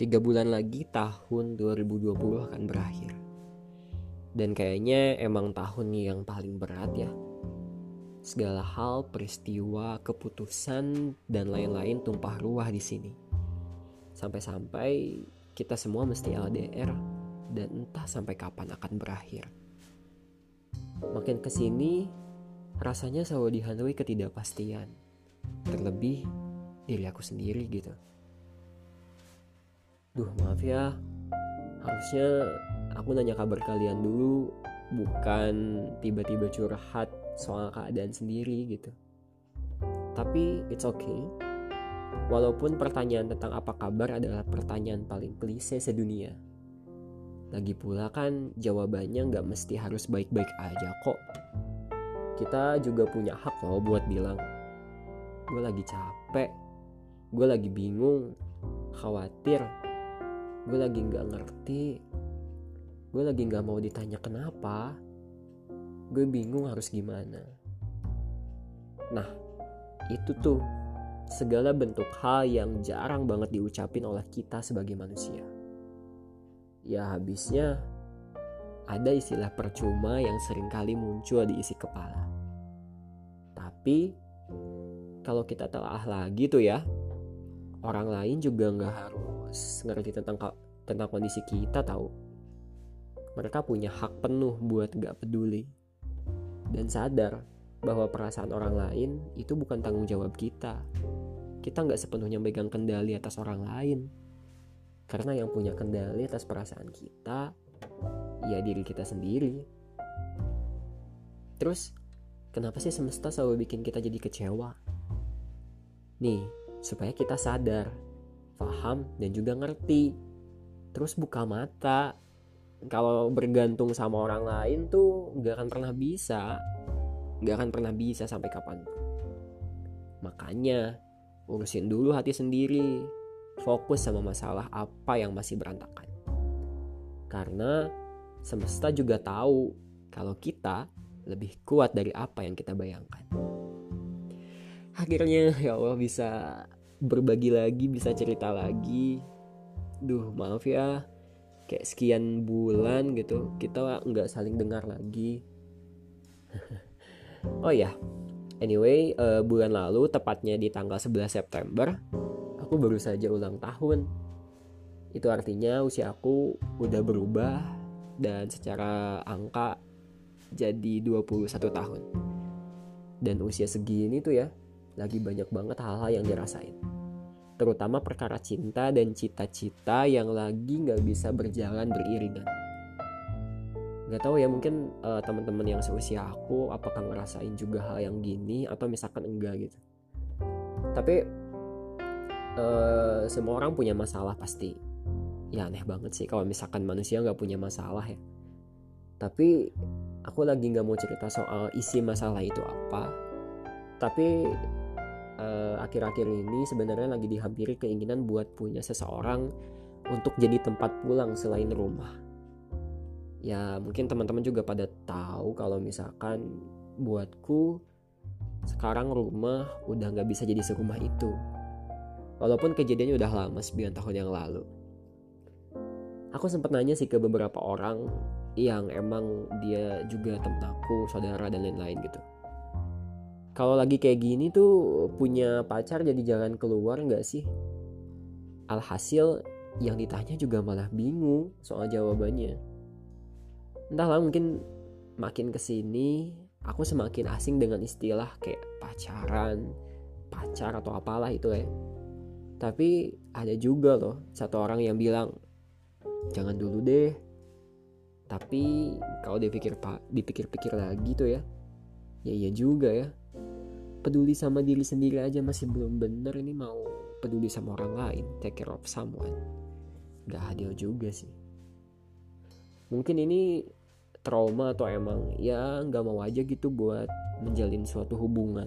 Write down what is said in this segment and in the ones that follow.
3 bulan lagi tahun 2020 akan berakhir. Dan kayaknya emang tahun yang paling berat ya. Segala hal, peristiwa, keputusan, dan lain-lain tumpah ruah di sini. Sampai-sampai kita semua mesti LDR dan entah sampai kapan akan berakhir. Makin kesini, rasanya selalu dihantui ketidakpastian. Terlebih diri aku sendiri gitu. Duh, maaf ya, harusnya aku nanya kabar kalian dulu, bukan tiba-tiba curhat soal keadaan sendiri gitu. Tapi it's okay. Walaupun pertanyaan tentang apa kabar adalah pertanyaan paling klise sedunia. Lagi pula kan jawabannya gak mesti harus baik-baik aja kok. Kita juga punya hak loh buat bilang, gue lagi capek, gue lagi bingung, khawatir, gue lagi gak ngerti, gue lagi gak mau ditanya kenapa, gue bingung harus gimana. Nah, itu tuh segala bentuk hal yang jarang banget diucapin oleh kita sebagai manusia. Ya habisnya ada istilah percuma yang seringkali muncul di isi kepala. Tapi kalau kita telah lagi tuh ya, orang lain juga gak harus ngerti tentang kondisi kita tahu. Mereka punya hak penuh buat gak peduli dan sadar bahwa perasaan orang lain itu bukan tanggung jawab kita. Kita gak sepenuhnya megang kendali atas orang lain. Karena yang punya kendali atas perasaan kita ya diri kita sendiri. Terus kenapa sih semesta selalu bikin kita jadi kecewa? Nih, supaya kita sadar, paham, dan juga ngerti. Terus buka mata. Kalau bergantung sama orang lain tuh gak akan pernah bisa. Gak akan pernah bisa sampai kapan. Makanya urusin dulu hati sendiri. Fokus sama masalah apa yang masih berantakan. Karena semesta juga tahu kalau kita lebih kuat dari apa yang kita bayangkan. Akhirnya ya Allah bisa berbagi lagi, bisa cerita lagi. Duh, maaf ya, kayak sekian bulan gitu kita nggak saling dengar lagi. Oh ya, anyway, bulan lalu tepatnya di tanggal 11 September aku baru saja ulang tahun. Itu artinya usia aku udah berubah dan secara angka jadi 21 tahun. Dan usia segini tuh ya, lagi banyak banget hal-hal yang dirasain. Terutama perkara cinta dan cita-cita yang lagi gak bisa berjalan beriringan. Gak tahu ya, mungkin teman-teman yang seusia aku apakah ngerasain juga hal yang gini atau misalkan enggak gitu. Tapi semua orang punya masalah pasti. Ya aneh banget sih kalau misalkan manusia gak punya masalah ya. Tapi aku lagi gak mau cerita soal isi masalah itu apa. Tapi akhir-akhir ini sebenarnya lagi dihampiri keinginan buat punya seseorang untuk jadi tempat pulang selain rumah. Ya mungkin teman-teman juga pada tahu kalau misalkan buatku sekarang rumah udah gak bisa jadi serumah itu. Walaupun kejadiannya udah lama 9 tahun yang lalu. Aku sempat nanya sih ke beberapa orang yang emang dia juga temen aku, saudara dan lain-lain gitu. Kalau lagi kayak gini tuh punya pacar jadi jalan keluar gak sih? Alhasil yang ditanya juga malah bingung soal jawabannya. Entahlah, mungkin makin kesini aku semakin asing dengan istilah kayak pacaran, pacar atau apalah itu ya. Tapi ada juga loh satu orang yang bilang, jangan dulu deh. Tapi kalau dipikir-pikir lagi tuh ya iya juga ya. Peduli sama diri sendiri aja masih belum bener, ini mau peduli sama orang lain, take care of someone. Gak adil juga sih. Mungkin ini trauma atau emang ya gak mau aja gitu buat menjalin suatu hubungan.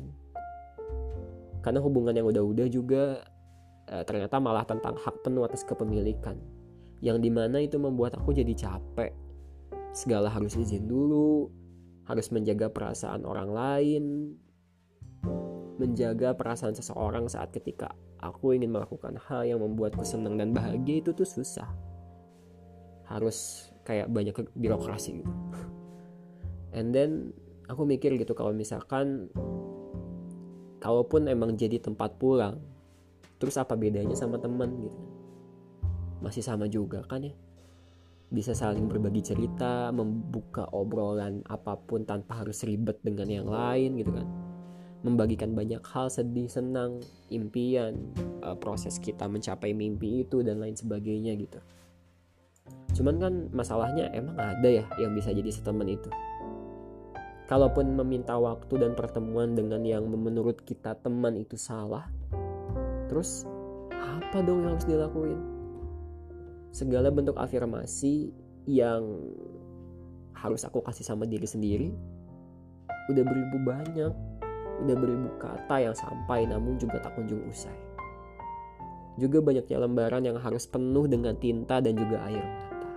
Karena hubungan yang udah-udah juga ternyata malah tentang hak penuh atas kepemilikan, yang dimana itu membuat aku jadi capek. Segala harus izin dulu, harus menjaga perasaan orang lain. menjaga perasaan seseorang saat ketika aku ingin melakukan hal yang membuatku senang dan bahagia itu tuh susah. Harus kayak banyak birokrasi gitu. And then aku mikir gitu, kalau misalkan kalaupun emang jadi tempat pulang, terus apa bedanya sama teman gitu? Masih sama juga kan ya. Bisa saling berbagi cerita, membuka obrolan apapun tanpa harus ribet dengan yang lain gitu kan. Membagikan banyak hal, sedih, senang, impian, proses kita mencapai mimpi itu dan lain sebagainya gitu. Cuman kan masalahnya emang ada ya yang bisa jadi seteman itu. Kalaupun meminta waktu dan pertemuan dengan yang menurut kita teman itu salah, terus apa dong yang harus dilakuin? Segala bentuk afirmasi yang harus aku kasih sama diri sendiri udah beribu banyak, udah beribu kata yang sampai namun juga tak kunjung usai. Juga banyaknya lembaran yang harus penuh dengan tinta dan juga air mata.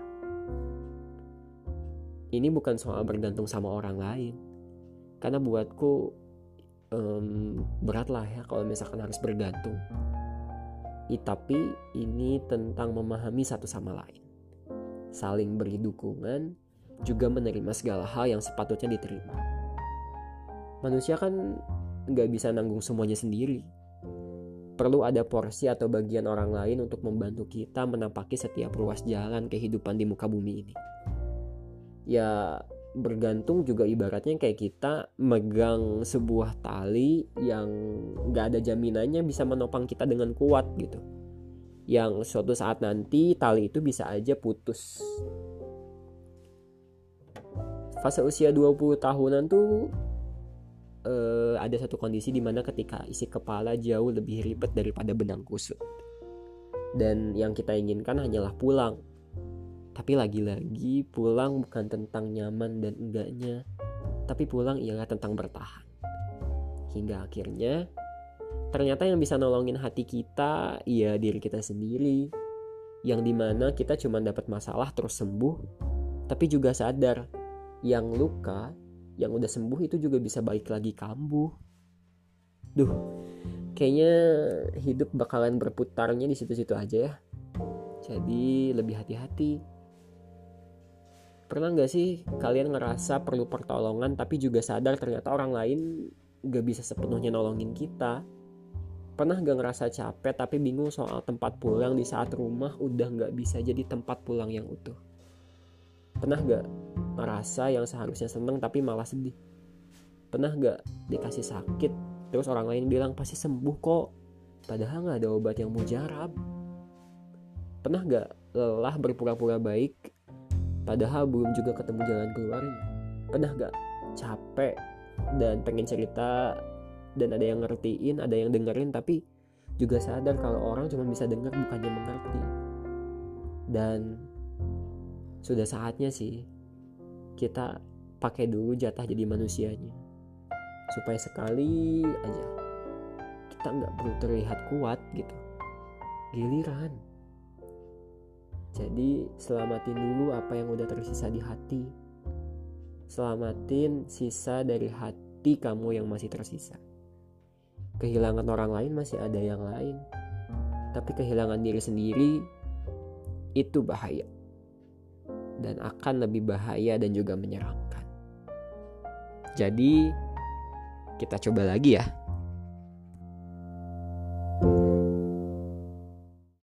Ini bukan soal bergantung sama orang lain, karena buatku berat lah ya kalau misalkan harus bergantung. Tapi ini tentang memahami satu sama lain, saling beri dukungan, juga menerima segala hal yang sepatutnya diterima. Manusia kan gak bisa nanggung semuanya sendiri. Perlu ada porsi atau bagian orang lain untuk membantu kita menapaki setiap ruas jalan kehidupan di muka bumi ini. Ya bergantung juga ibaratnya kayak kita megang sebuah tali yang gak ada jaminannya bisa menopang kita dengan kuat gitu. Yang suatu saat nanti tali itu bisa aja putus. Fase usia 20 tahunan tuh ada satu kondisi dimana ketika isi kepala jauh lebih ribet daripada benang kusut. Dan yang kita inginkan hanyalah pulang. Tapi lagi-lagi pulang bukan tentang nyaman dan enggaknya, tapi pulang ialah tentang bertahan. Hingga akhirnya ternyata yang bisa nolongin hati kita ya diri kita sendiri. Yang dimana kita cuma dapat masalah terus sembuh, tapi juga sadar yang luka yang udah sembuh itu juga bisa balik lagi kambuh. Kayaknya hidup bakalan berputarnya di situ-situ aja ya. Jadi lebih hati-hati. Pernah gak sih kalian ngerasa perlu pertolongan tapi juga sadar ternyata orang lain gak bisa sepenuhnya nolongin kita? Pernah gak ngerasa capek tapi bingung soal tempat pulang di saat rumah udah gak bisa jadi tempat pulang yang utuh? Pernah gak ngerasa yang seharusnya seneng tapi malah sedih? Pernah gak dikasih sakit terus orang lain bilang pasti sembuh kok, padahal gak ada obat yang mujarab? Pernah gak lelah berpura-pura baik padahal belum juga ketemu jalan keluarnya? Pernah gak capek dan pengen cerita dan ada yang ngertiin, ada yang dengerin, tapi juga sadar kalau orang cuma bisa denger bukannya mengerti? Dan sudah saatnya sih kita pakai dulu jatah jadi manusianya, supaya sekali aja kita gak perlu terlihat kuat gitu, giliran. Jadi selamatin dulu apa yang udah tersisa di hati. Selamatin sisa dari hati kamu yang masih tersisa. Kehilangan orang lain masih ada yang lain, tapi kehilangan diri sendiri itu bahaya. Dan akan lebih bahaya dan juga menyeramkan. Jadi kita coba lagi ya.